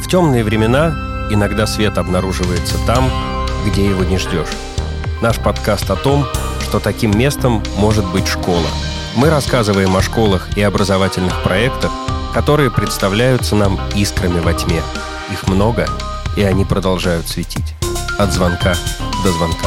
В темные времена иногда свет обнаруживается там, где его не ждешь. Наш подкаст о том, что таким местом может быть школа. Мы рассказываем о школах и образовательных проектах, которые представляются нам искрами во тьме. Их много, и они продолжают светить. От звонка до звонка.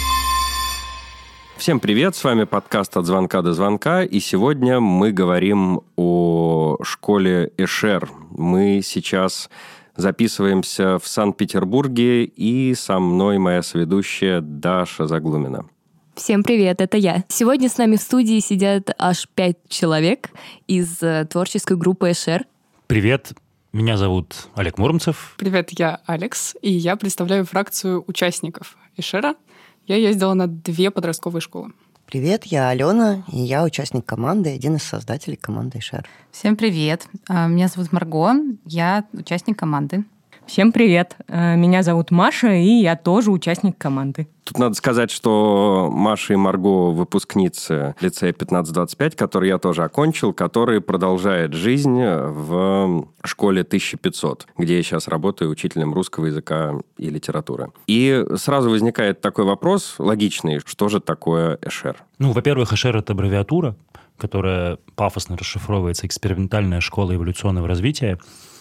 Всем привет, с вами подкаст «От звонка до звонка», и сегодня мы говорим о школе Эшер. Мы сейчас записываемся в Санкт-Петербурге, и со мной моя соведущая Даша Заглумина. Всем привет, это я. Сегодня с нами в студии сидят аж 5 человек из творческой группы Эшер. Привет, меня зовут Олег Муромцев. Привет, я Алекс, и я представляю фракцию участников Эшера. Я ездила на 2 подростковые школы. Привет, я Алена, и я участник команды, один из создателей команды Эшер. Всем привет, меня зовут Марго, я участник команды. Всем привет, меня зовут Маша, и я тоже участник команды. Тут надо сказать, что Маша и Марго выпускницы лицея 1525, который я тоже окончил, который продолжает жизнь в школе 1500, где я сейчас работаю учителем русского языка и литературы. И сразу возникает такой вопрос логичный, что же такое Эшер? Во-первых, Эшер — это аббревиатура, которая пафосно расшифровывается «Экспериментальная школа эволюционного развития».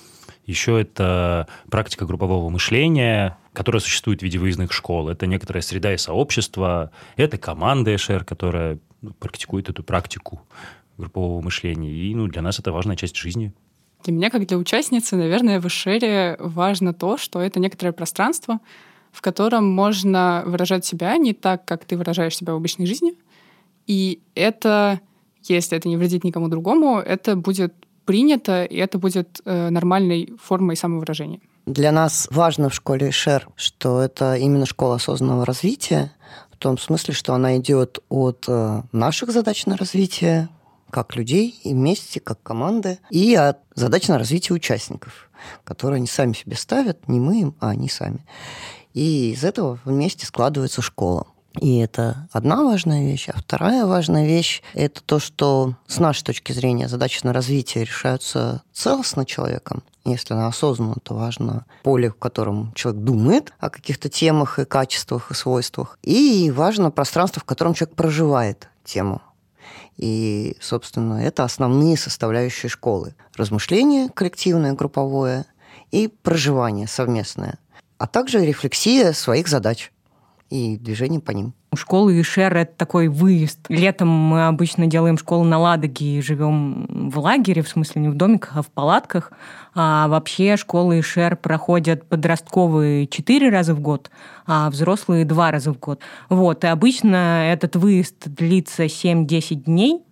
Еще это практика группового мышления, которая существует в виде выездных школ. Это некоторая среда и сообщество. Это команда Эшер, которая практикует эту практику группового мышления. И для нас это важная часть жизни. Для меня, как для участницы, наверное, в Эшере важно то, что это некоторое пространство, в котором можно выражать себя не так, как ты выражаешь себя в обычной жизни. И это, если это не вредит никому другому, это будет принято, и это будет нормальной формой самовыражения. Для нас важно в школе Эшер, что это именно школа осознанного развития, в том смысле, что она идет от наших задач на развитие, как людей, и вместе, как команды, и от задач на развитие участников, которые они сами себе ставят, не мы им, а они сами. И из этого вместе складывается школа. И это одна важная вещь. А вторая важная вещь – это то, что с нашей точки зрения задачи на развитие решаются целостно человеком. Если она осознанна, то важно поле, в котором человек думает о каких-то темах и качествах, и свойствах. И важно пространство, в котором человек проживает тему. И, собственно, это основные составляющие школы. Размышление коллективное, групповое, и проживание совместное. А также рефлексия своих задач и движение по ним. У школы Эшер — это такой выезд. Летом мы обычно делаем школу на Ладоге и живем в лагере, в смысле не в домиках, а в палатках. А вообще школы Эшер проходят подростковые 4 раза в год, а взрослые 2 раза в год. И обычно этот выезд длится 7-10 дней,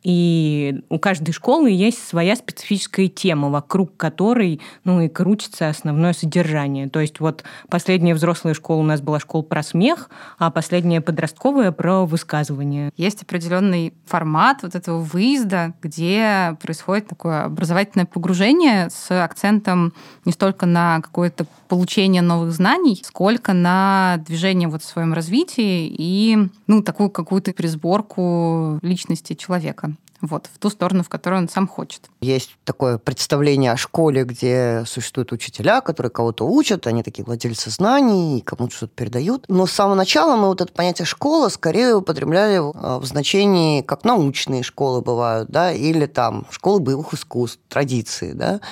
и у каждой школы есть своя специфическая тема, вокруг которой и крутится основное содержание. То есть последняя взрослая школа у нас была школа про смех, а последняя подростковая про высказывание. Есть определенный формат этого выезда, где происходит такое образовательное погружение с акцентом не столько на какое-то получение новых знаний, сколько на движение в своем развитии и такую какую-то пересборку личности человека. В ту сторону, в которую он сам хочет. Есть такое представление о школе, где существуют учителя, которые кого-то учат, они такие владельцы знаний, и кому-то что-то передают. Но с самого начала мы это понятие «школа» скорее употребляли в значении, как научные школы бывают, или школы боевых искусств, традиции,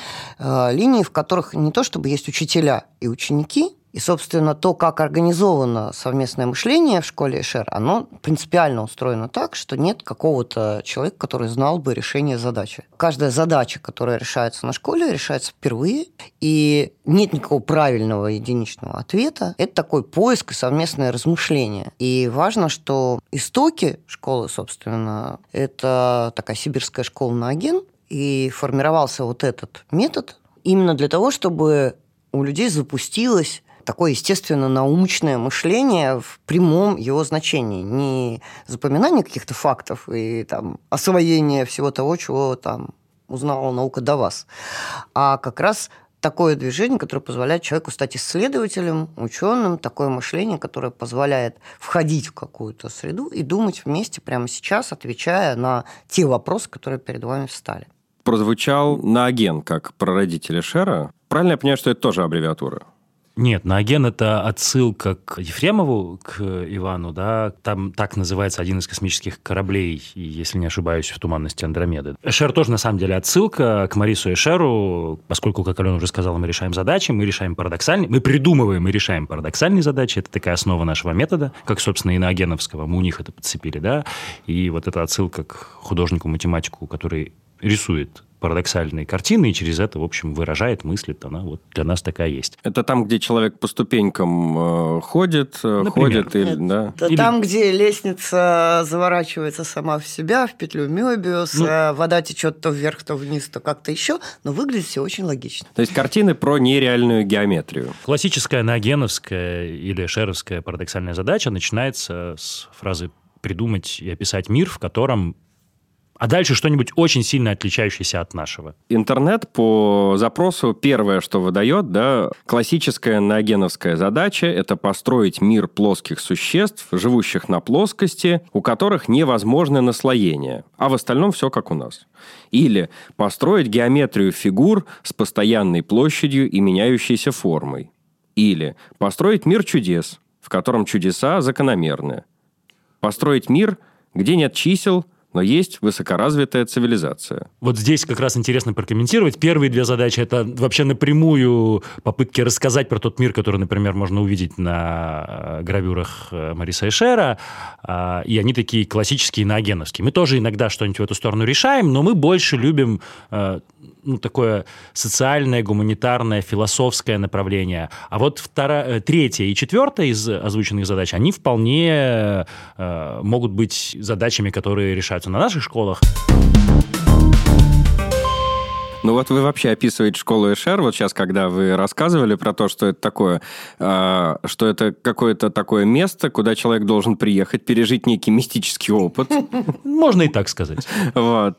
линии, в которых не то чтобы есть учителя и ученики, и, собственно, то, как организовано совместное мышление в школе Эшер, оно принципиально устроено так, что нет какого-то человека, который знал бы решение задачи. Каждая задача, которая решается на школе, решается впервые, и нет никакого правильного единичного ответа. Это такой поиск и совместное размышление. И важно, что истоки школы, собственно, это такая сибирская школа Нааген, и формировался этот метод именно для того, чтобы у людей запустилось такое, естественно, научное мышление в прямом его значении. Не запоминание каких-то фактов и освоение всего того, чего узнала наука до вас, а как раз такое движение, которое позволяет человеку стать исследователем, ученым, такое мышление, которое позволяет входить в какую-то среду и думать вместе прямо сейчас, отвечая на те вопросы, которые перед вами встали. прозвучал Нааген как прародитель Эшера. Правильно я понимаю, что это тоже аббревиатура? Нет, Нааген – это отсылка к Ефремову, к Ивану, да, там так называется один из космических кораблей, если не ошибаюсь, в туманности Андромеды. Эшер тоже, на самом деле, отсылка к Марису Эшеру, поскольку, как Алена уже сказала, мы решаем задачи, мы решаем парадоксальные, мы придумываем и решаем парадоксальные задачи, это такая основа нашего метода, как, собственно, и Наогеновского, мы у них это подцепили, да, и вот эта отсылка к художнику-математику, который рисует парадоксальные картины, и через это, в общем, выражает, мыслит. Она вот для нас такая есть. Это там, где человек по ступенькам ходит, или, да? Это там, где лестница заворачивается сама в себя, в петлю Мёбиуса, вода течет то вверх, то вниз, то как-то еще, но выглядит все очень логично. То есть картины про нереальную геометрию. Классическая наогеновская или эшеровская парадоксальная задача начинается с фразы «придумать и описать мир, в котором…» А дальше что-нибудь очень сильно отличающееся от нашего. Интернет по запросу первое, что выдает, да, классическая наогеновская задача – это построить мир плоских существ, живущих на плоскости, у которых невозможны наслоения, а в остальном все как у нас. Или построить геометрию фигур с постоянной площадью и меняющейся формой. Или построить мир чудес, в котором чудеса закономерны. Построить мир, где нет чисел, но есть высокоразвитая цивилизация. Вот здесь как раз интересно прокомментировать. Первые две задачи – это вообще напрямую попытки рассказать про тот мир, который, например, можно увидеть на гравюрах Мариса Эшера, и они такие классические наогеновские. Мы тоже иногда что-нибудь в эту сторону решаем, но мы больше любим такое социальное, гуманитарное, философское направление. А вот третья и четвертая из озвученных задач, они вполне могут быть задачами, которые решаются на наших школах. Ну вот вы вообще описываете школу Эшер, вот сейчас, когда вы рассказывали про то, что это такое, что это какое-то такое место, куда человек должен приехать, пережить некий мистический опыт. Можно и так сказать. Вот.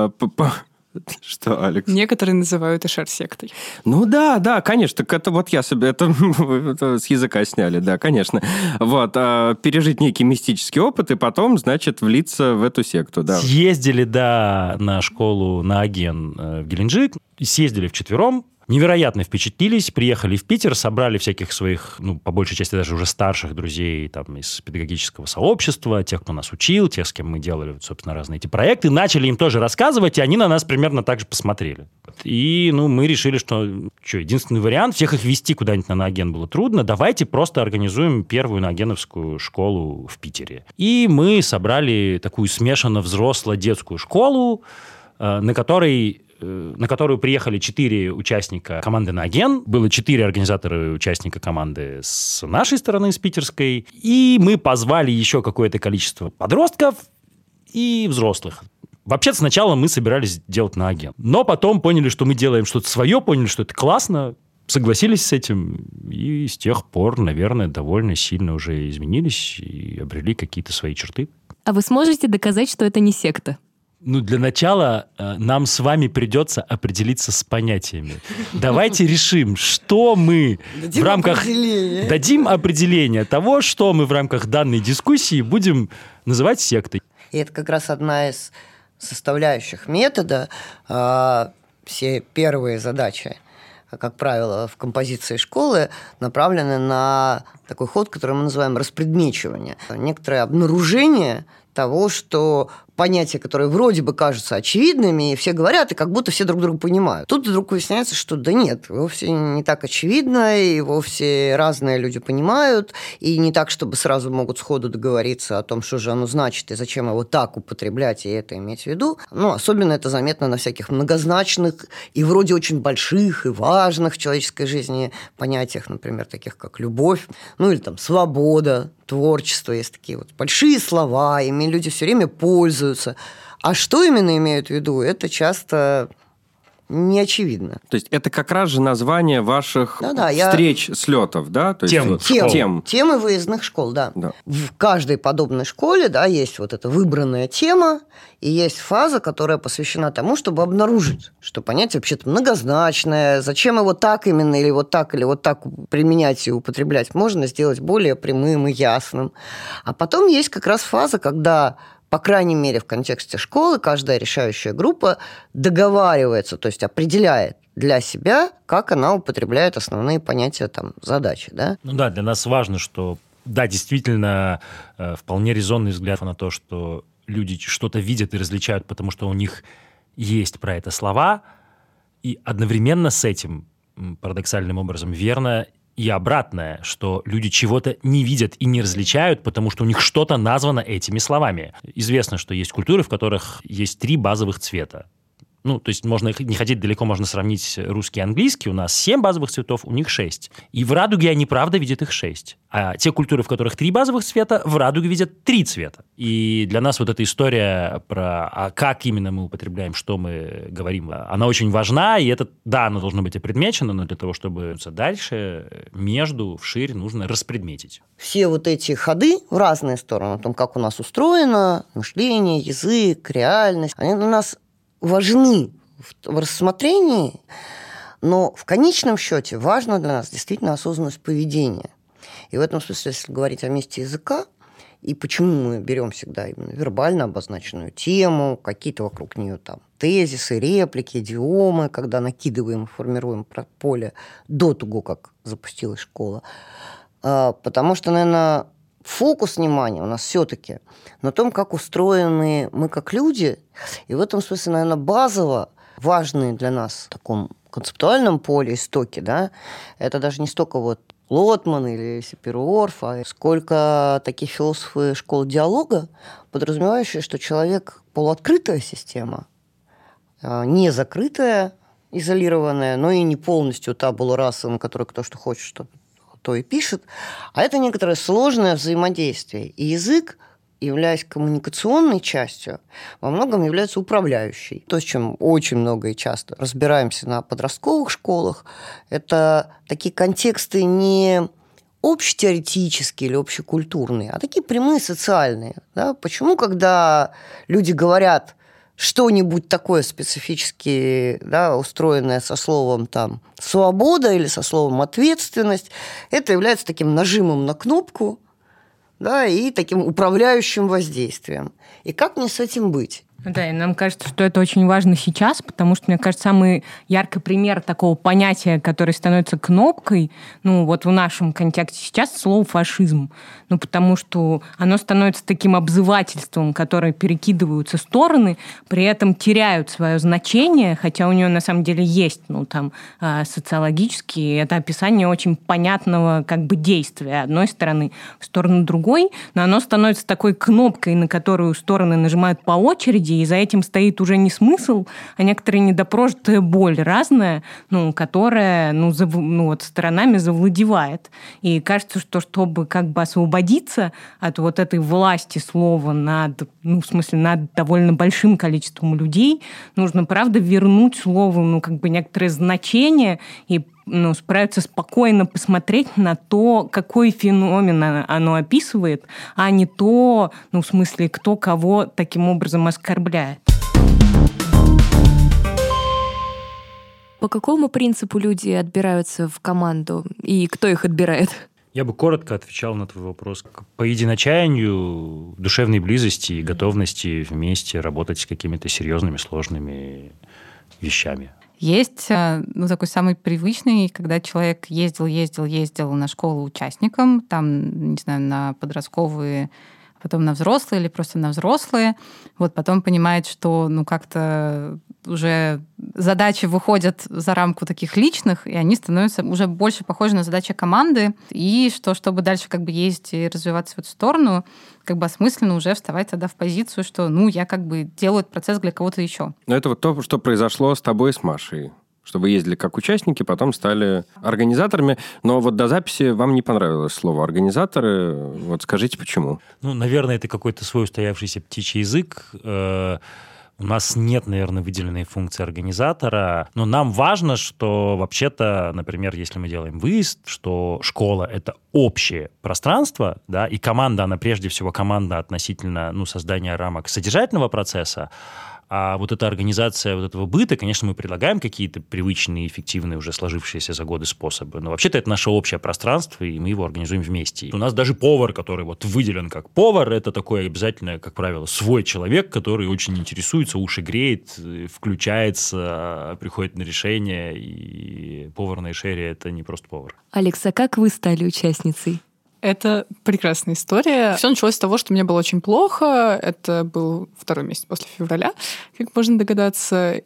Что, Алекс? Некоторые называют Эшер-сектой. Ну да, конечно. Так это вот я себе это с языка сняли, да, конечно. Вот. Пережить некий мистический опыт и потом, значит, влиться в эту секту, да. Съездили, да, на школу Нааген в Геленджик, съездили вчетвером, невероятно впечатлились, приехали в Питер, собрали всяких своих, по большей части даже уже старших друзей там, из педагогического сообщества, тех, кто нас учил, тех, с кем мы делали, собственно, разные эти проекты, начали им тоже рассказывать, и они на нас примерно так же посмотрели. И, мы решили, что единственный вариант, всех их вести куда-нибудь на Нааген было трудно, давайте просто организуем первую наогеновскую школу в Питере. И мы собрали такую смешанно-взросло-детскую школу, на которую приехали 4 участника команды Нааген. Было 4 организатора и участника команды с нашей стороны, с питерской. И мы позвали еще какое-то количество подростков и взрослых. Вообще-то сначала мы собирались делать Нааген. Но потом поняли, что мы делаем что-то свое, поняли, что это классно, согласились с этим. И с тех пор, наверное, довольно сильно уже изменились и обрели какие-то свои черты. А вы сможете доказать, что это не секта? Для начала нам с вами придется определиться с понятиями. Давайте решим, что мы в рамках... Дадим определение того, что мы в рамках данной дискуссии будем называть сектой. И это как раз одна из составляющих метода. Все первые задачи, как правило, в композиции школы направлены на такой ход, который мы называем распредмечивание. Некоторое обнаружение того, что понятия, которые вроде бы кажутся очевидными, и все говорят, и как будто все друг друга понимают. Тут вдруг выясняется, что да нет, вовсе не так очевидно, и вовсе разные люди понимают, и не так, чтобы сразу могут сходу договориться о том, что же оно значит, и зачем его так употреблять, и это иметь в виду. Особенно это заметно на всяких многозначных и вроде очень больших и важных в человеческой жизни понятиях, например, таких как любовь, или там свобода, творчество. Есть такие вот большие слова, ими люди все время пользуются. А что именно имеют в виду, это часто не очевидно. То есть это как раз же название ваших встреч, слетов, да? То есть тем. Темы выездных школ, да. В каждой подобной школе, есть вот эта выбранная тема, и есть фаза, которая посвящена тому, чтобы обнаружить, что понятие вообще-то многозначное, зачем его так именно или вот так применять и употреблять можно сделать более прямым и ясным. А потом есть как раз фаза, когда по крайней мере, в контексте школы каждая решающая группа договаривается, то есть определяет для себя, как она употребляет основные понятия там, задачи. Да? Ну да, для нас важно, что, да, действительно, вполне резонный взгляд на то, что люди что-то видят и различают, потому что у них есть про это слова, и одновременно с этим, парадоксальным образом, верно и обратное, что люди чего-то не видят и не различают, потому что у них что-то названо этими словами. Известно, что есть культуры, в которых есть 3 базовых цвета. Ну, то есть можно не ходить далеко, можно сравнить русский и английский. У нас 7 базовых цветов, у них 6. И в радуге они, правда, видят их 6. А те культуры, в которых 3 базовых цвета, в радуге видят 3 цвета. И для нас вот эта история про как именно мы употребляем, что мы говорим, она очень важна. И это, да, оно должно быть опредмечено, но для того, чтобы дальше, между, вширь, нужно распредметить. Все вот эти ходы в разные стороны, о том, как у нас устроено мышление, язык, реальность, они для нас важны в рассмотрении, но в конечном счете важна для нас действительно осознанность поведения. И в этом смысле, если говорить о месте языка, и почему мы берем всегда именно вербально обозначенную тему, какие-то вокруг нее там тезисы, реплики, идиомы, когда накидываем и формируем поле до того, как запустилась школа. Потому что, наверное, фокус внимания у нас все-таки на том, как устроены мы как люди, и в этом смысле, наверное, базово важные для нас в таком концептуальном поле истоки, да, это даже не столько вот Лотман или Сапир-Уорф, а сколько таких философы школы диалога, подразумевающие, что человек полуоткрытая система, не закрытая, изолированная, но и не полностью табула раса, на которой кто что хочет, что то и пишет, а это некоторое сложное взаимодействие. И язык, являясь коммуникационной частью, во многом является управляющей. То, с чем очень много и часто разбираемся на подростковых школах, это такие контексты не общетеоретические или общекультурные, а такие прямые социальные. Да? Почему, когда люди говорят что-нибудь такое специфически, да, устроенное со словом там, «свобода» или со словом «ответственность», это является таким нажимом на кнопку, да, и таким управляющим воздействием. И как мне с этим быть? Да, и нам кажется, что это очень важно сейчас, потому что, мне кажется, самый яркий пример такого понятия, который становится кнопкой, ну, вот в нашем контексте сейчас слово «фашизм». Ну, потому что оно становится таким обзывательством, которое перекидываются стороны, при этом теряют свое значение, хотя у нее на самом деле есть, ну, там, социологически, это описание очень понятного как бы действия одной стороны в сторону другой, но оно становится такой кнопкой, на которую стороны нажимают по очереди, и за этим стоит уже не смысл, а некоторая недопрожитая боль разная, ну, которая вот сторонами завладевает. И кажется, что чтобы как бы освободиться от вот этой власти слова над, ну, в смысле, над довольно большим количеством людей, нужно, правда, вернуть слову, ну, как бы некоторое значение и справиться спокойно, посмотреть на то, какой феномен оно описывает, а не то, ну, в смысле, кто кого таким образом оскорбляет. По какому принципу люди отбираются в команду и кто их отбирает? Я бы коротко отвечал на твой вопрос. По единочаянию, душевной близости и готовности вместе работать с какими-то серьезными, сложными вещами. Есть, ну, такой самый привычный, когда человек ездил на школу участником, там, не знаю, на подростковые, потом на взрослые или просто на взрослые, вот потом понимает, что, ну, как-то уже задачи выходят за рамку таких личных, и они становятся уже больше похожи на задачи команды, и что, чтобы дальше как бы ездить и развиваться в эту сторону, как бы осмысленно уже вставать тогда в позицию, что, ну, я как бы делаю этот процесс для кого-то еще. Но это вот то, что произошло с тобой и с Машей. Что вы ездили как участники, потом стали организаторами. Но вот до записи вам не понравилось слово «организаторы». Вот скажите, почему? Ну, наверное, это какой-то свой устоявшийся птичий язык. У нас нет, наверное, выделенной функции организатора, но нам важно, что вообще-то, например, если мы делаем выезд, что школа — это общее пространство, да, и команда, она прежде всего команда относительно, ну, создания рамок содержательного процесса, А вот эта организация вот этого быта, конечно, мы предлагаем какие-то привычные, эффективные, уже сложившиеся за годы способы, но вообще-то это наше общее пространство, и мы его организуем вместе. У нас даже повар, который вот выделен как повар, это такой обязательно, как правило, свой человек, который очень интересуется, уши греет, включается, приходит на решение, и повар на Эшере — это не просто повар. Алекс, а как вы стали участницей? Это прекрасная история. Все началось с того, что мне было очень плохо. Это был 2-й месяц после февраля, как можно догадаться.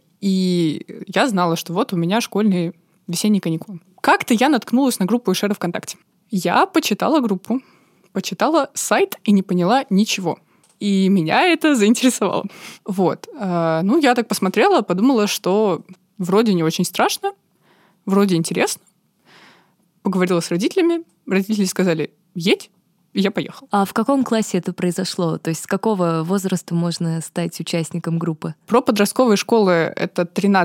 И я знала, что вот у меня школьные весенние каникулы. Как-то я наткнулась на группу Эшера ВКонтакте. Я почитала группу, почитала сайт и не поняла ничего. И меня это заинтересовало. Вот. Ну, я так посмотрела, подумала, что вроде не очень страшно, вроде интересно. Поговорила с родителями. Родители сказали: едь, и я поехала. А в каком классе это произошло? То есть с какого возраста можно стать участником группы? Про подростковые школы это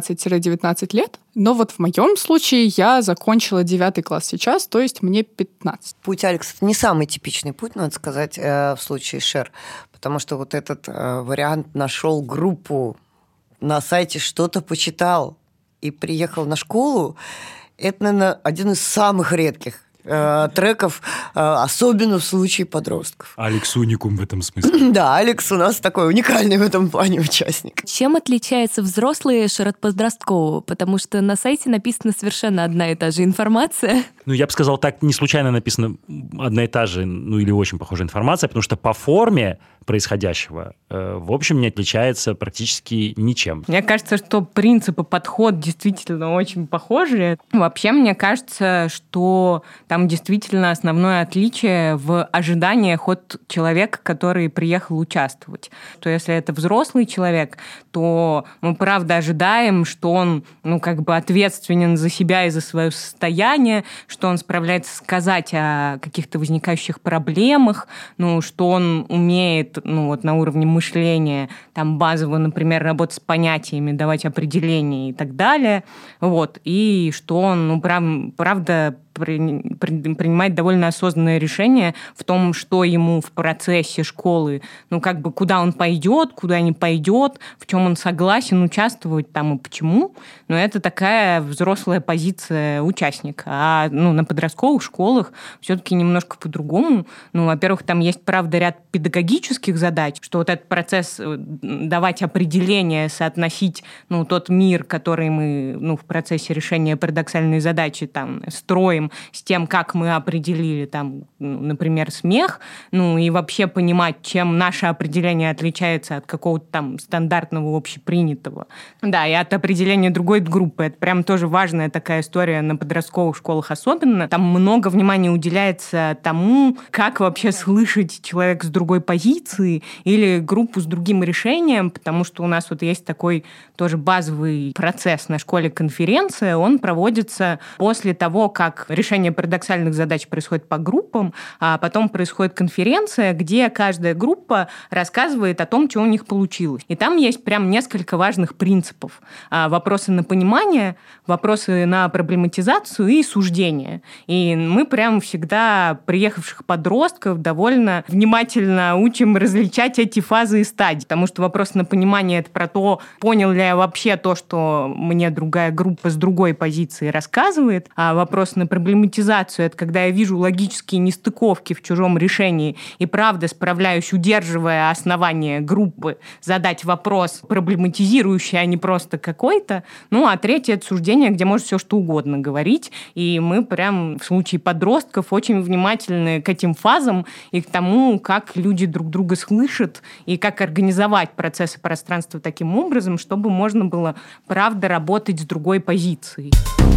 13-19 лет. Но вот в моем случае я закончила 9 класс сейчас, то есть мне 15. Путь Алекса — это не самый типичный путь, надо сказать, в случае Шер, потому что вот этот вариант нашел группу на сайте, что-то почитал и приехал на школу, это, наверное, один из самых редких треков, особенно в случае подростков. Алекс уникум в этом смысле. Да, Алекс у нас такой уникальный в этом плане участник. Чем отличается взрослый Эшер от подросткового? Потому что на сайте написана совершенно одна и та же информация. Ну, я бы сказал, так не случайно написана одна и та же, ну, или очень похожая информация, потому что по форме происходящего, в общем, не отличается практически ничем. Мне кажется, что принцип и подход действительно очень похожи. Вообще, мне кажется, что там действительно основное отличие в ожиданиях от человека, который приехал участвовать. То если это взрослый человек, то мы, правда, ожидаем, что он, ну, как бы ответственен за себя и за свое состояние, что он справляется сказать о каких-то возникающих проблемах, ну, что он умеет, ну, вот на уровне мышления, там, базово, например, работать с понятиями, давать определения и так далее, вот, и что он, ну, правда, принимать довольно осознанное решение в том, что ему в процессе школы, ну, как бы, куда он пойдет, куда не пойдет, в чем он согласен участвовать там и почему. Но это такая взрослая позиция участника. А, ну, на подростковых школах все-таки немножко по-другому. Ну, во-первых, там есть, правда, ряд педагогических задач, что вот этот процесс давать определение, соотносить, ну, тот мир, который мы, ну, в процессе решения парадоксальной задачи там строим, с тем, как мы определили, там, например, смех, ну, и вообще понимать, чем наше определение отличается от какого-то там стандартного общепринятого. Да, и от определения другой группы. Это прям тоже важная такая история на подростковых школах особенно. Там много внимания уделяется тому, как вообще слышать человека с другой позиции или группу с другим решением, потому что у нас вот есть такой тоже базовый процесс на школе конференция, он проводится после того, как решение парадоксальных задач происходит по группам, а потом происходит конференция, где каждая группа рассказывает о том, что у них получилось. И там есть прям несколько важных принципов. Вопросы на понимание, вопросы на проблематизацию и суждение. И мы прям всегда приехавших подростков довольно внимательно учим различать эти фазы и стадии. Потому что вопрос на понимание — это про то, понял ли я вообще то, что мне другая группа с другой позиции рассказывает. А вопрос на проблематизацию — это когда я вижу логические нестыковки в чужом решении и правда справляюсь, удерживая основание группы, задать вопрос проблематизирующий, а не просто какой-то. Ну, а третье — это суждение, где можно все что угодно говорить. И мы прям в случае подростков очень внимательны к этим фазам и к тому, как люди друг друга слышат и как организовать процессы пространства таким образом, чтобы можно было правда работать с другой позицией.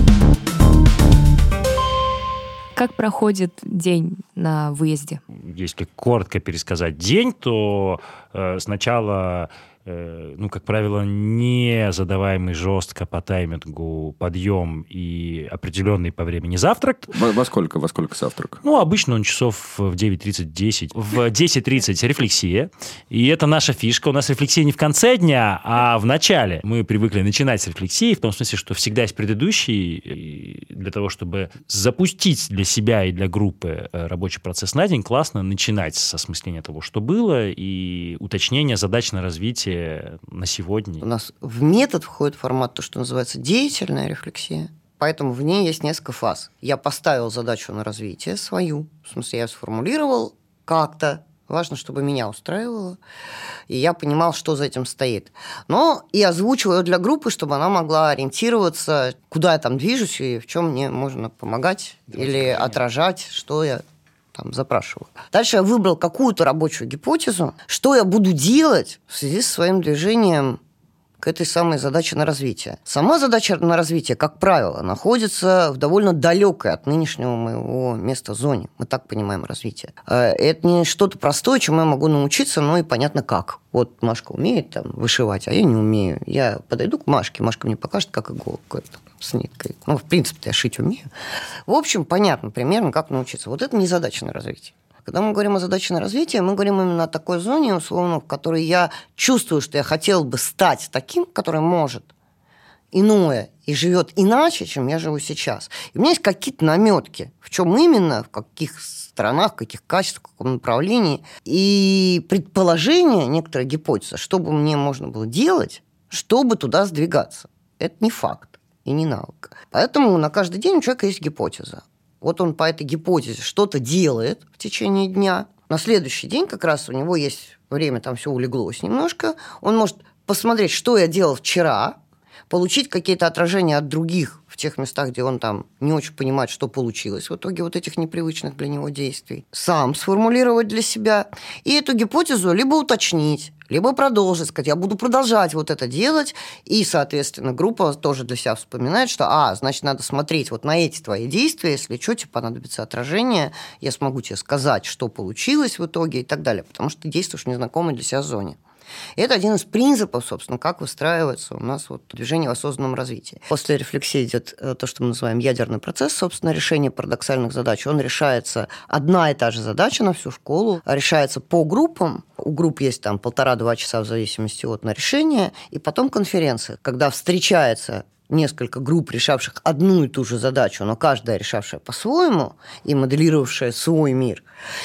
Как проходит день на выезде? Если коротко пересказать день, то сначала, ну, как правило, не задаваемый жестко по таймингу подъем и определенный по времени завтрак. Во сколько завтрак? Ну, обычно он часов в 9:30-10. В 10:30 рефлексия. И это наша фишка. У нас рефлексия не в конце дня, а в начале. Мы привыкли начинать с рефлексии, в том смысле, что всегда есть предыдущий. И для того, чтобы запустить для себя и для группы рабочий процесс на день, классно начинать с осмысления того, что было, и уточнения задач на развитие формате на сегодня? У нас в метод входит формат то, что называется деятельная рефлексия. Поэтому в ней есть несколько фаз. Я поставил задачу на развитие свою. В смысле, я сформулировал как-то. Важно, чтобы меня устраивало, и я понимал, что за этим стоит. Но и озвучивал ее для группы, чтобы она могла ориентироваться, куда я там движусь и в чем мне можно помогать или отражать, что я там запрашиваю. Дальше я выбрал какую-то рабочую гипотезу, что я буду делать в связи со своим движением к этой самой задаче на развитие. Сама задача на развитие, как правило, находится в довольно далекой от нынешнего моего места зоне. Мы так понимаем развитие. Это не что-то простое, чему я могу научиться, но и понятно как. Вот Машка умеет там вышивать, а я не умею. Я подойду к Машке, Машка мне покажет, как иголку с ниткой. Ну, в принципе, я шить умею. В общем, понятно примерно, как научиться. Вот это не задача на развитие. Когда мы говорим о задаче на развитие, мы говорим именно о такой зоне, условно, в которой я чувствую, что я хотел бы стать таким, который может иное и живет иначе, чем я живу сейчас. И у меня есть какие-то наметки, в чем именно, в каких сторонах, в каких качествах, в каком направлении. И предположение, некоторая гипотеза, что бы мне можно было делать, чтобы туда сдвигаться. Это не факт и не навык. Поэтому на каждый день у человека есть гипотеза. Вот он по этой гипотезе что-то делает в течение дня. На следующий день как раз у него есть время, там все улеглось немножко. Он может посмотреть, что я делал вчера, получить какие-то отражения от других в тех местах, где он там не очень понимает, что получилось в итоге вот этих непривычных для него действий. Сам сформулировать для себя. И эту гипотезу либо уточнить, либо продолжить, сказать, я буду продолжать вот это делать, и, соответственно, группа тоже для себя вспоминает, что, значит, надо смотреть вот на эти твои действия, если что, тебе понадобится отражение, я смогу тебе сказать, что получилось в итоге и так далее, потому что ты действуешь в незнакомой для себя зоне. И это один из принципов, собственно, как выстраивается у нас вот движение в осознанном развитии. После рефлексии идет то, что мы называем ядерный процесс, собственно, решение парадоксальных задач. Он решается, одна и та же задача на всю школу, решается по группам. У групп есть там 1,5-2 часа в зависимости от на решение, и потом конференция, когда встречается несколько групп, решавших одну и ту же задачу, но каждая решавшая по-своему и моделировавшая свой мир.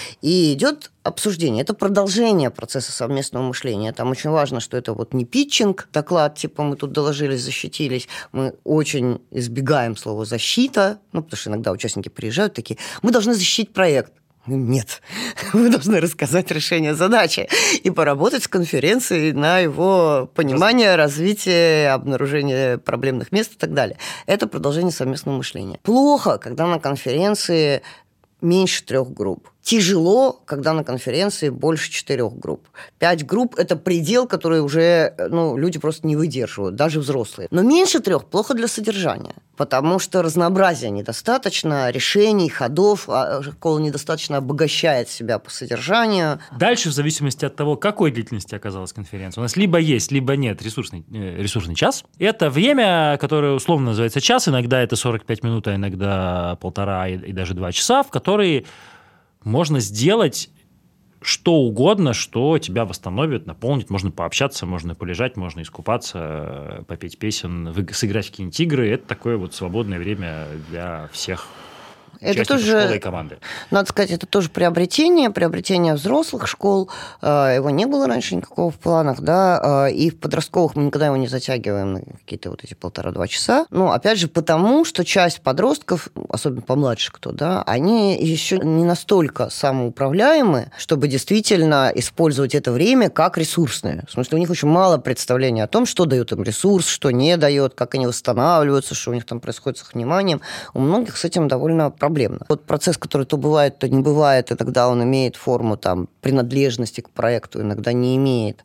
И идет обсуждение. Это продолжение процесса совместного мышления. Там очень важно, что это вот не питчинг, доклад, типа мы тут доложились, защитились. Мы очень избегаем слова «защита», потому что иногда участники приезжают такие, мы должны защитить проект. Нет, вы должны рассказать решение задачи и поработать с конференцией на его понимание, развитие, обнаружение проблемных мест и так далее. Это продолжение совместного мышления. Плохо, когда на конференции меньше 3 групп. Тяжело, когда на конференции больше 4 групп. 5 групп – это предел, который уже люди просто не выдерживают, даже взрослые. Но меньше 3 плохо для содержания, потому что разнообразия недостаточно, решений, ходов, школа недостаточно обогащает себя по содержанию. Дальше, в зависимости от того, какой длительности оказалась конференция, у нас либо есть, либо нет ресурсный час. Это время, которое условно называется час, иногда это 45 минут, а иногда 1,5 и даже 2 часа, в которые можно сделать что угодно, что тебя восстановит, наполнит. Можно пообщаться, можно полежать, можно искупаться, попеть песен, сыграть в какие-нибудь игры. Это такое вот свободное время для всех участников школы и команды. Надо сказать, это тоже приобретение взрослых школ. Его не было раньше никакого в планах, да, и в подростковых мы никогда его не затягиваем на какие-то вот эти 1,5-2 часа. Опять же, потому что часть подростков, особенно помладше кто, да, они еще не настолько самоуправляемы, чтобы действительно использовать это время как ресурсное. В смысле, у них очень мало представления о том, что дает им ресурс, что не дает, как они восстанавливаются, что у них там происходит с их вниманием. У многих с этим довольно проблемно. Вот процесс, который то бывает, то не бывает, и тогда он имеет форму там, принадлежности к проекту, иногда не имеет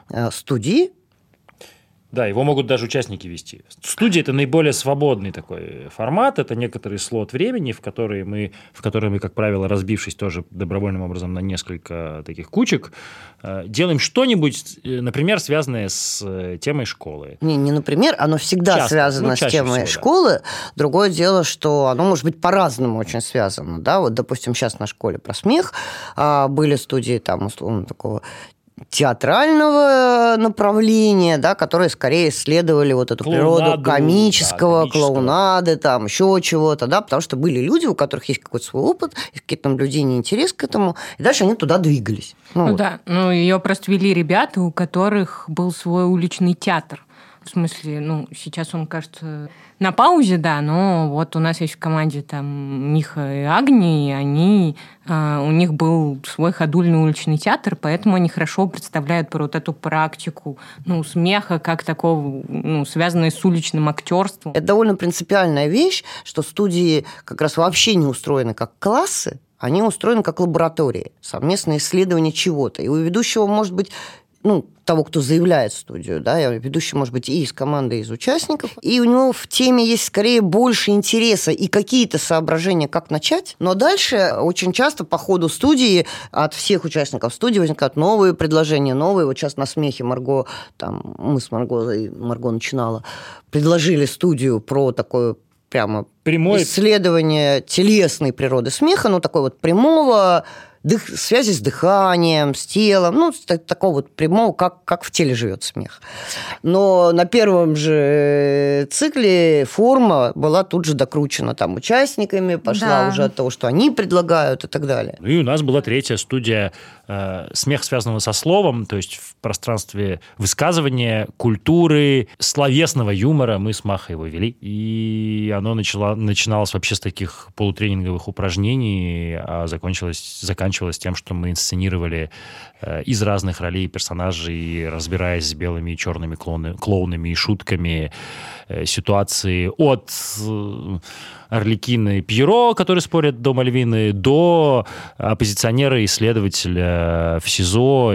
студии. Да, его могут даже участники вести. Студия – это наиболее свободный такой формат, это некоторый слот времени, в который мы, как правило, разбившись тоже добровольным образом на несколько таких кучек, делаем что-нибудь, например, связанное с темой школы. Не например, оно всегда часто, связано с темой школы. Да. Другое дело, что оно может быть по-разному очень связано. Да? Вот, допустим, сейчас на школе про смех были студии там, условно, такого театрального направления, да, которые скорее исследовали вот эту природу комического, клоунады, там, еще чего-то, да, потому что были люди, у которых есть какой-то свой опыт, какие-то наблюдения, интерес к этому, и дальше они туда двигались. Да, ее просто вели ребята, у которых был свой уличный театр. В смысле, сейчас он, кажется, на паузе, да, но вот у нас есть в команде там Миха и Агни, и у них был свой ходульный уличный театр, поэтому они хорошо представляют про вот эту практику, смеха как такого, связанной с уличным актерством. Это довольно принципиальная вещь, что студии как раз вообще не устроены как классы, они устроены как лаборатории, совместное исследование чего-то. И у ведущего может быть того, кто заявляет в студию, да, ведущий может быть и из команды, и из участников, и у него в теме есть скорее больше интереса и какие-то соображения, как начать, но дальше очень часто по ходу студии от всех участников студии возникают новые предложения, новые. Вот сейчас на смехе Марго, мы с Марго начинала, предложили студию про такое прямо прямое исследование телесной природы смеха, такой вот прямого, связи с дыханием, с телом, такого вот прямого, как в теле живет смех. Но на первом же цикле форма была тут же докручена участниками, пошла уже от того, что они предлагают и так далее. И у нас была третья студия смех, связанного со словом, то есть в пространстве высказывания, культуры, словесного юмора. Мы с Махой его вели. И оно начиналось вообще с таких полутренинговых упражнений, а заканчивалось тем, что мы инсценировали из разных ролей персонажей, разбираясь с белыми и черными клоунами и шутками, ситуации от Арлекина и Пьеро, которые спорят до Мальвины, до оппозиционера и исследователя в СИЗО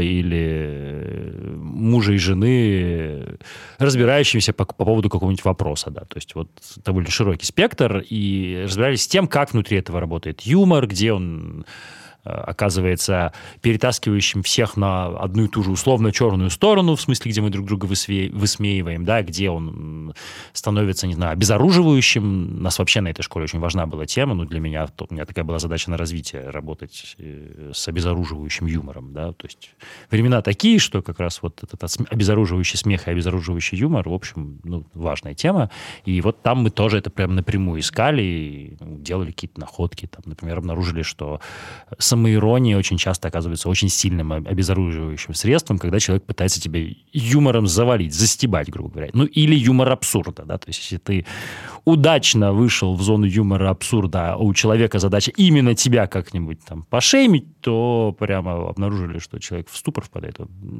или мужа и жены, разбирающимися по поводу какого-нибудь вопроса. Да. То есть вот довольно широкий спектр, и разбирались с тем, как внутри этого работает юмор, где он оказывается перетаскивающим всех на одну и ту же условно черную сторону, в смысле, где мы друг друга высмеиваем, да, где он становится, не знаю, обезоруживающим. Нас вообще на этой школе очень важна была тема, для меня, у меня такая была задача на развитие, работать с обезоруживающим юмором, да, то есть времена такие, что как раз вот этот обезоруживающий смех и обезоруживающий юмор, в общем, важная тема, и вот там мы тоже это прям напрямую искали, и делали какие-то находки, например, обнаружили, что самоирония очень часто оказывается очень сильным обезоруживающим средством, когда человек пытается тебя юмором завалить, застебать, грубо говоря. Или юмор абсурда, да, то есть если ты удачно вышел в зону юмора абсурда, а у человека задача именно тебя как-нибудь пошеймить, то прямо обнаружили, что человек в ступор впадает.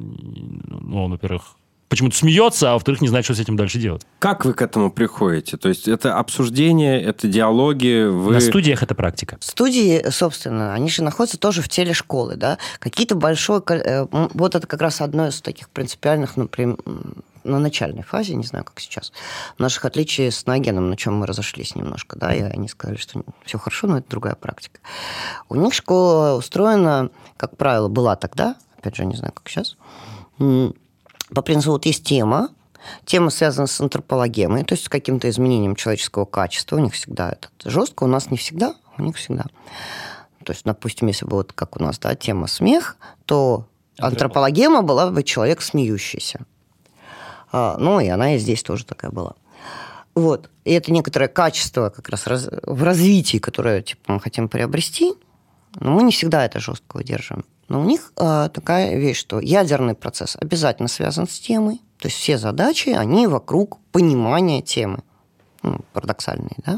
Он, во-первых, почему-то смеется, а во-вторых, не знает, что с этим дальше делать. Как вы к этому приходите? То есть это обсуждение, это диалоги? На студиях это практика. Студии, собственно, они же находятся тоже в теле школы, да? Какие-то большое... Вот это как раз одно из таких принципиальных, например, на начальной фазе, не знаю, как сейчас, наших отличий с Нагеном, на чем мы разошлись немножко, да, и они сказали, что все хорошо, но это другая практика. У них школа устроена, как правило, была тогда, опять же, не знаю, как сейчас, по принципу, вот есть тема связана с антропологемой, то есть с каким-то изменением человеческого качества. У них всегда это жестко, у нас не всегда, у них всегда. То есть, допустим, если бы вот как у нас, да, тема смех, то антропологема была бы человек смеющийся. И она и здесь тоже такая была. Вот. И это некоторое качество как раз в развитии, которое мы хотим приобрести, но мы не всегда это жестко выдерживаем. Но у них такая вещь, что ядерный процесс обязательно связан с темой. То есть все задачи, они вокруг понимания темы. Парадоксальные, да?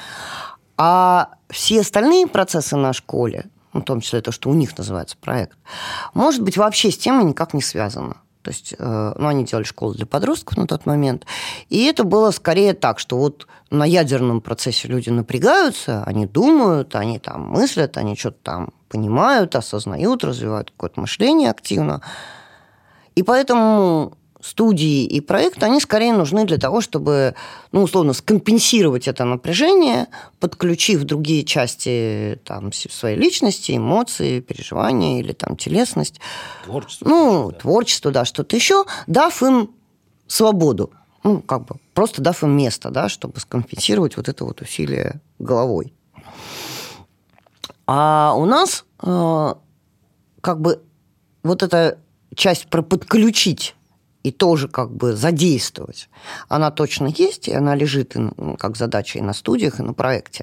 А все остальные процессы на школе, в том числе то, что у них называется проект, может быть, вообще с темой никак не связано. То есть, они делали школу для подростков на тот момент. И это было скорее так, что вот на ядерном процессе люди напрягаются, они думают, они мыслят, они что-то понимают, осознают, развивают какое-то мышление активно. И поэтому студии и проекты, они скорее нужны для того, чтобы, условно, скомпенсировать это напряжение, подключив другие части своей личности, эмоции, переживания или телесность. Творчество. Творчество, да, что-то еще, дав им свободу. Просто дав им место, да, чтобы скомпенсировать вот это вот усилие головой. А у нас вот это часть про подключить и тоже как бы задействовать, она точно есть, и она лежит как задача и на студиях, и на проекте.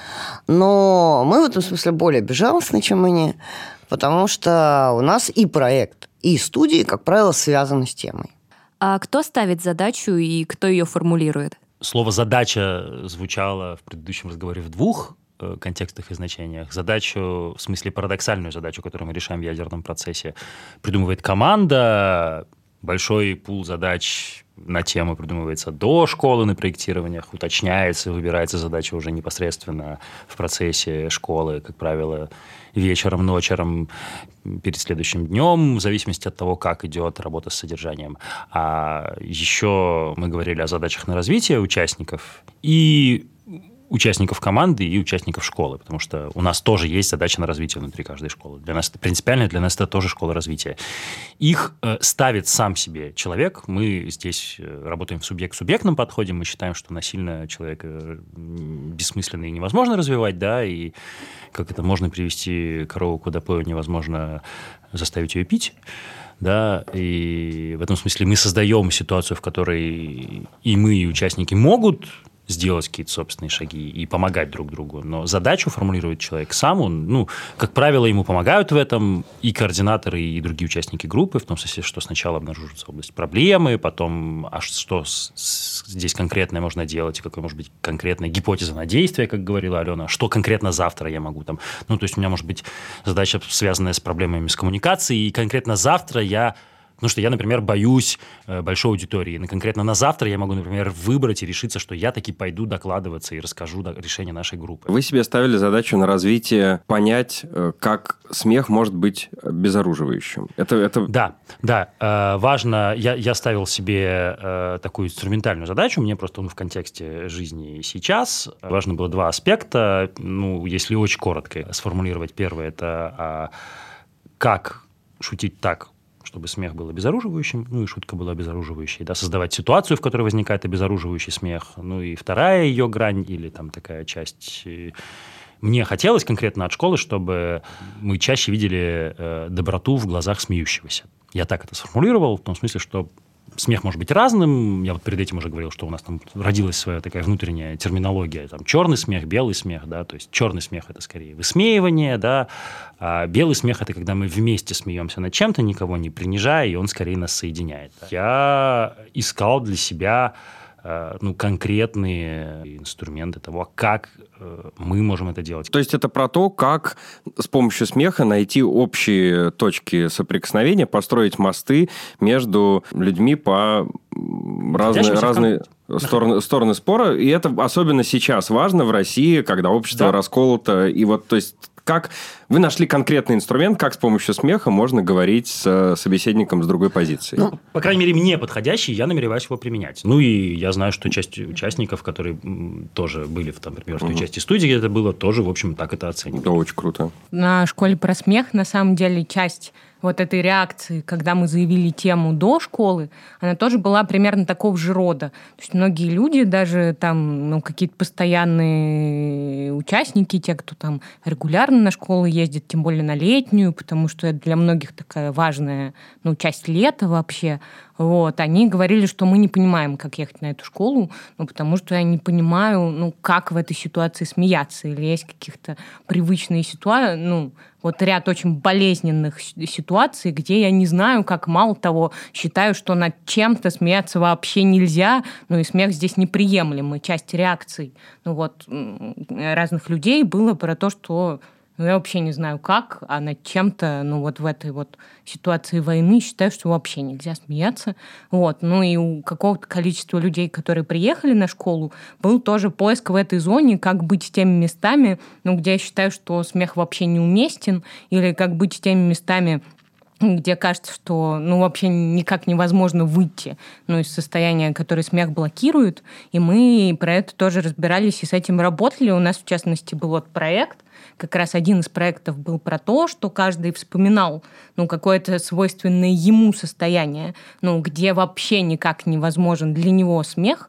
Но мы в этом смысле более безжалостны, чем они, потому что у нас и проект, и студии, как правило, связаны с темой. А кто ставит задачу и кто ее формулирует? Слово «задача» звучало в предыдущем разговоре в двух контекстах и значениях. Задачу, в смысле парадоксальную задачу, которую мы решаем в ядерном процессе, придумывает команда. Большой пул задач на тему придумывается до школы на проектированиях, уточняется, выбирается задача уже непосредственно в процессе школы, как правило, вечером, ночером, перед следующим днем, в зависимости от того, как идет работа с содержанием. А еще мы говорили о задачах на развитие участников и участников команды и участников школы, потому что у нас тоже есть задача на развитие внутри каждой школы. Для нас это принципиально, для нас это тоже школа развития. Их ставит сам себе человек. Мы здесь работаем в субъект-субъектном подходе, мы считаем, что насильно человека бессмысленно и невозможно развивать, да, и как это можно привести корову к водопою, невозможно заставить ее пить. Да, и в этом смысле мы создаем ситуацию, в которой и мы, и участники могут сделать какие-то собственные шаги и помогать друг другу. Но задачу формулирует человек сам. Он, как правило, ему помогают в этом и координаторы, и другие участники группы, в том смысле, что сначала обнаружится область проблемы, потом, а что здесь конкретное можно делать, какая может быть конкретная гипотеза на действие, как говорила Алена, что конкретно завтра я могу там. То есть у меня может быть задача, связанная с проблемами с коммуникацией, и конкретно завтра потому что я, например, боюсь большой аудитории. И конкретно на завтра я могу, например, выбрать и решиться, что я таки пойду докладываться и расскажу решение нашей группы. Вы себе ставили задачу на развитие понять, как смех может быть обезоруживающим. Да. Важно. Я ставил себе такую инструментальную задачу. Мне просто в контексте жизни сейчас важно было два аспекта. Если очень коротко сформулировать. Первое – это как шутить так, чтобы смех был обезоруживающим, и шутка была обезоруживающей, да, создавать ситуацию, в которой возникает обезоруживающий смех. И вторая ее грань, или там такая часть... Мне хотелось конкретно от школы, чтобы мы чаще видели доброту в глазах смеющегося. Я так это сформулировал, в том смысле, что смех может быть разным. Я перед этим уже говорил, что у нас там родилась своя такая внутренняя терминология. Там черный смех, белый смех, да, то есть черный смех – это скорее высмеивание, да, а белый смех – это когда мы вместе смеемся над чем-то, никого не принижая, и он скорее нас соединяет. Да. Я искал для себя конкретные инструменты того, как мы можем это делать. То есть это про то, как с помощью смеха найти общие точки соприкосновения, построить мосты между людьми по разные стороны спора. И это особенно сейчас важно в России, когда общество расколото. И то есть как вы нашли конкретный инструмент, как с помощью смеха можно говорить с собеседником с другой позиции? По крайней мере, мне подходящий, я намереваюсь его применять. И я знаю, что часть участников, которые тоже были, например, в той части студии, где это было, тоже, в общем, так это оценивали. Да, очень круто. На школе про смех, на самом деле, часть вот этой реакции, когда мы заявили тему до школы, она тоже была примерно такого же рода. То есть многие люди, даже там какие-то постоянные участники, те, кто там регулярно на школу ездит, тем более на летнюю, потому что это для многих такая важная часть лета вообще, они говорили, что мы не понимаем, как ехать на эту школу, потому что я не понимаю, как в этой ситуации смеяться, или есть каких-то привычные ситуации, ряд очень болезненных ситуаций, где я не знаю, как, мало того, считаю, что над чем-то смеяться вообще нельзя, и смех здесь неприемлемый, часть реакций. Разных людей было про то, что я вообще не знаю как, а над чем-то, в этой ситуации войны считаю, что вообще нельзя смеяться. И у какого-то количества людей, которые приехали на школу, был тоже поиск в этой зоне, как быть с теми местами, где я считаю, что смех вообще неуместен, или как быть с теми местами, где кажется, что вообще никак невозможно выйти из состояния, которое смех блокирует. И мы про это тоже разбирались и с этим работали. У нас, в частности, был проект, как раз один из проектов был про то, что каждый вспоминал какое-то свойственное ему состояние, где вообще никак невозможен для него смех,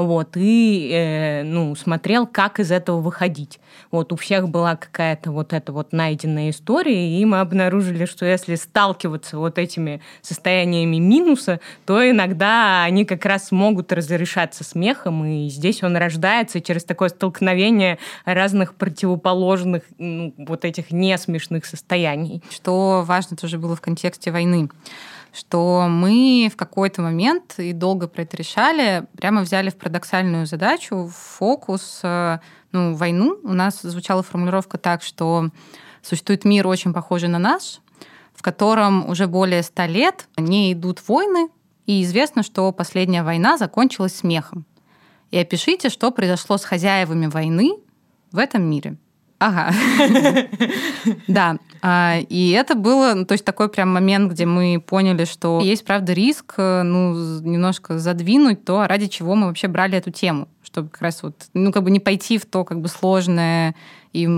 и смотрел, как из этого выходить. У всех была какая-то эта найденная история, и мы обнаружили, что если сталкиваться этими состояниями минуса, то иногда они как раз могут разрешаться смехом, и здесь он рождается через такое столкновение разных противоположных этих несмешных состояний. Что важно тоже было в контексте войны, что мы в какой-то момент, и долго про это решали, прямо взяли в парадоксальную задачу, в фокус войну. У нас звучала формулировка так, что существует мир, очень похожий на наш, в котором уже более 100 лет не идут войны, и известно, что последняя война закончилась смехом. И опишите, что произошло с хозяевами войны в этом мире. Ага. Да. И это было, то есть такой прям момент, где мы поняли, что есть, правда, риск немножко задвинуть то, ради чего мы вообще брали эту тему, чтобы как раз не пойти в то сложное и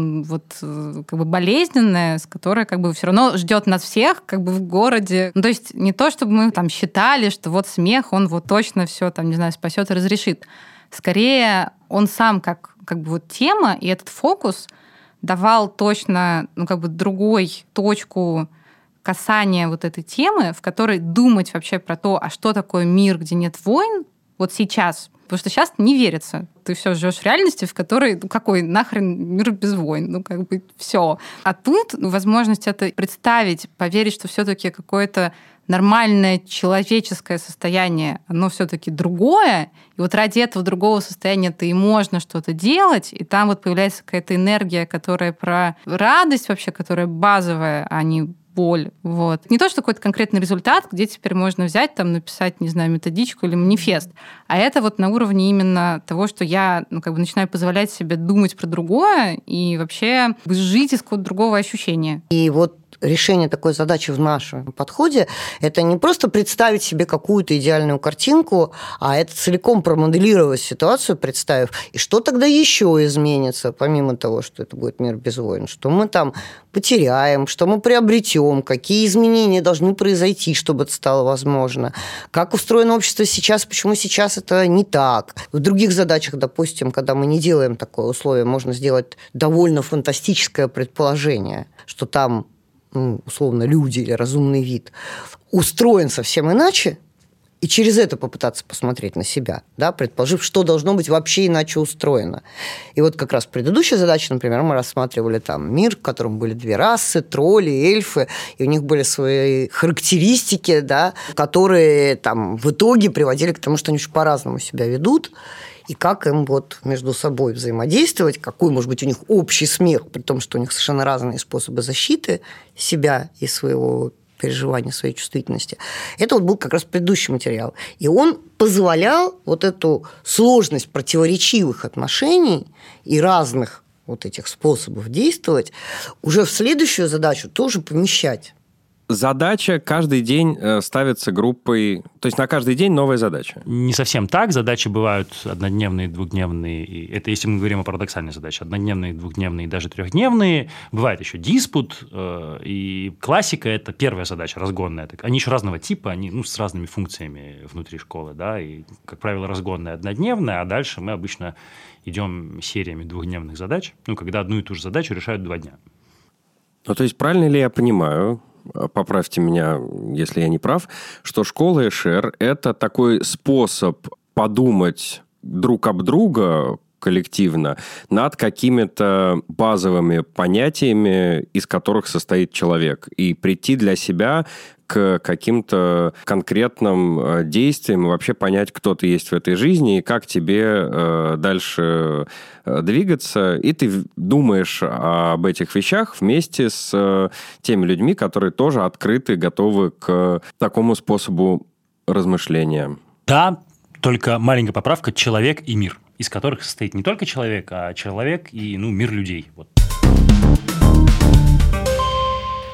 болезненное, с которое все равно ждет нас всех в городе. То есть не то, чтобы мы считали, что смех, он точно все спасет и разрешит. Скорее, он сам как тема, и этот фокус давал точно другой точку касания этой темы, в которой думать вообще про то, а что такое мир, где нет войн, сейчас. Потому что сейчас не верится. Ты все живешь в реальности, в которой, какой нахрен мир без войн? Все. А тут возможность это представить, поверить, что все-таки какое-то нормальное человеческое состояние, оно все-таки другое, и ради этого другого состояния-то и можно что-то делать, и там появляется какая-то энергия, которая про радость вообще, которая базовая, а не боль. Не то, что какой-то конкретный результат, где теперь можно взять, написать, не знаю, методичку или манифест, а это на уровне именно того, что я начинаю позволять себе думать про другое и вообще жить из какого-то другого ощущения. И решение такой задачи в нашем подходе – это не просто представить себе какую-то идеальную картинку, а это целиком промоделировать ситуацию, представив, и что тогда еще изменится, помимо того, что это будет мир без войн, что мы там потеряем, что мы приобретем, какие изменения должны произойти, чтобы это стало возможно, как устроено общество сейчас, почему сейчас это не так. В других задачах, допустим, когда мы не делаем такое условие, можно сделать довольно фантастическое предположение, что там условно, люди или разумный вид, устроен совсем иначе, и через это попытаться посмотреть на себя, предположив, что должно быть вообще иначе устроено. И как раз в предыдущей задаче, например, мы рассматривали мир, в котором были 2 расы, тролли, эльфы, и у них были свои характеристики, которые в итоге приводили к тому, что они очень по-разному себя ведут, и как им между собой взаимодействовать, какой может быть у них общий смех, при том, что у них совершенно разные способы защиты себя и своего переживания, своей чувствительности. Это был как раз предыдущий материал. И он позволял эту сложность противоречивых отношений и разных этих способов действовать уже в следующую задачу тоже помещать. Задача каждый день ставится группой, то есть на каждый день новая задача. Не совсем так. Задачи бывают однодневные, двухдневные. И это если мы говорим о парадоксальной задаче. Однодневные, двухдневные, даже трехдневные. Бывает еще диспут. И классика – это первая задача, разгонная. Они еще разного типа, они с разными функциями внутри школы. И, как правило, разгонная однодневная, а дальше мы обычно идем сериями двухдневных задач, когда одну и ту же задачу решают 2 дня. То есть правильно ли я понимаю, поправьте меня, если я не прав, что школа ЭШР – это такой способ подумать друг об друга коллективно над какими-то базовыми понятиями, из которых состоит человек, и прийти для себя к каким-то конкретным действиям и вообще понять, кто ты есть в этой жизни и как тебе дальше двигаться. И ты думаешь об этих вещах вместе с теми людьми, которые тоже открыты, готовы к такому способу размышления. Да, только маленькая поправка – человек и мир, из которых состоит не только человек, а человек и мир людей.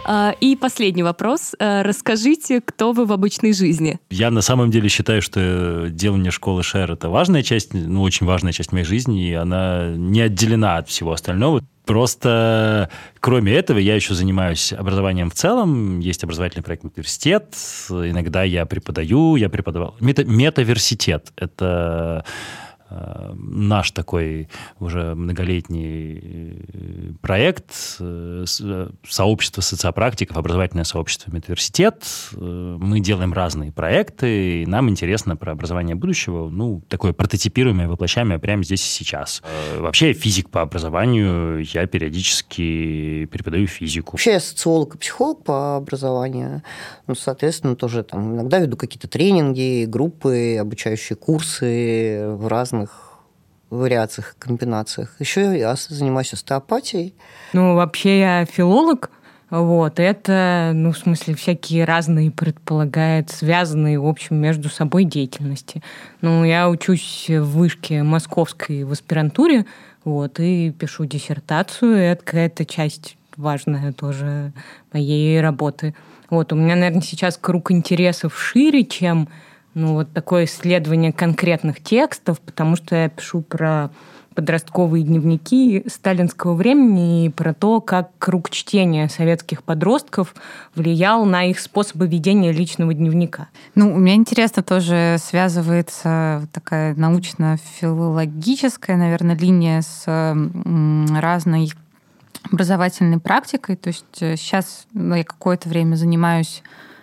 И последний вопрос. Расскажите, кто вы в обычной жизни? Я на самом деле считаю, что делание школы Шер – это важная часть, очень важная часть моей жизни, и она не отделена от всего остального. Просто, кроме этого, я еще занимаюсь образованием в целом. Есть образовательный проект «Метаверситет». Иногда я преподавал. Метаверситет – это наш такой уже многолетний проект, сообщество социопрактиков, образовательное сообщество «Метаверситет». Мы делаем разные проекты, и нам интересно про образование будущего, такое прототипируемое, воплощаемое прямо здесь и сейчас. Вообще, я физик по образованию, я периодически преподаю физику. Вообще, я социолог и психолог по образованию, соответственно, тоже там иногда веду какие-то тренинги, группы, обучающие курсы в разных вариациях, комбинациях. Еще я занимаюсь остеопатией. Вообще я филолог. Это, в смысле, всякие разные предполагает связанные, в общем, между собой деятельности. Я учусь в вышке московской в аспирантуре, и пишу диссертацию. Это какая-то часть важная тоже моей работы. У меня, наверное, сейчас круг интересов шире, чем такое исследование конкретных текстов, потому что я пишу про подростковые дневники сталинского времени и про то, как круг чтения советских подростков влиял на их способы ведения личного дневника. У меня интересно тоже связывается такая научно-филологическая, наверное, линия с разной образовательной практикой. То есть сейчас я какое-то время занимаюсь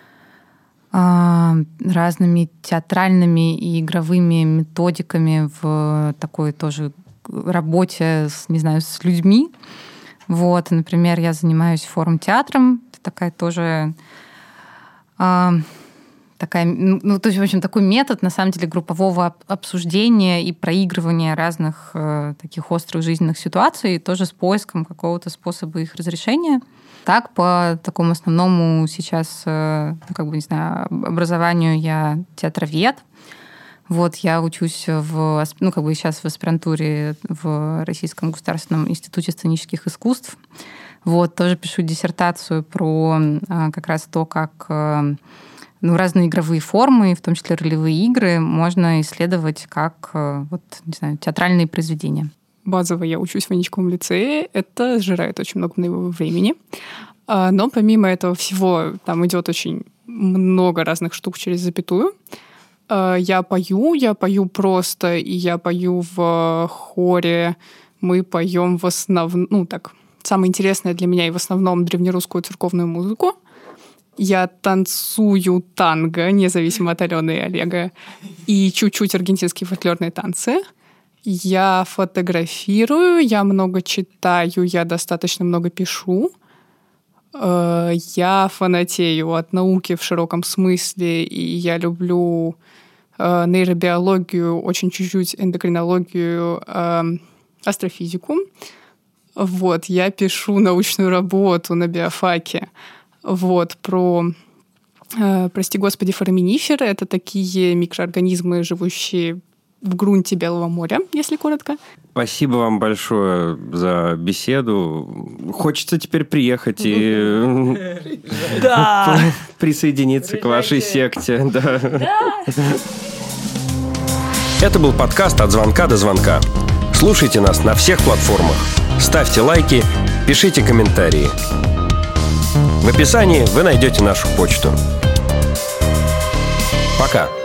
разными театральными и игровыми методиками в такой тоже работе с людьми. Например, я занимаюсь форум-театром. Это такая тоже то есть, в общем, такой метод, на самом деле, группового обсуждения и проигрывания разных таких острых жизненных ситуаций, тоже с поиском какого-то способа их разрешения. Так, по такому основному сейчас, образованию я театровед. Я учусь сейчас в аспирантуре в Российском государственном институте сценических искусств. Тоже пишу диссертацию про как раз то, как разные игровые формы, в том числе ролевые игры, можно исследовать как театральные произведения. Базово я учусь в Войничковом лицее. Это сжирает очень много моего времени. Но помимо этого всего, там идет очень много разных штук через запятую. Я пою просто, и я пою в хоре. Мы поем в основном, самое интересное для меня и в основном древнерусскую церковную музыку. Я танцую танго, независимо от Алены и Олега, и чуть-чуть аргентинские фольклорные танцы. Я фотографирую, я много читаю, я достаточно много пишу. Я фанатею от науки в широком смысле, и я люблю нейробиологию, очень чуть-чуть эндокринологию, астрофизику. Я пишу научную работу на биофаке про, прости господи, фораминиферы. Это такие микроорганизмы, живущие в грунте Белого моря, если коротко. Спасибо вам большое за беседу. Хочется теперь приехать и присоединиться к вашей секте. Это был подкаст «От звонка до звонка». Слушайте нас на всех платформах. Ставьте лайки, пишите комментарии. В описании вы найдете нашу почту. Пока.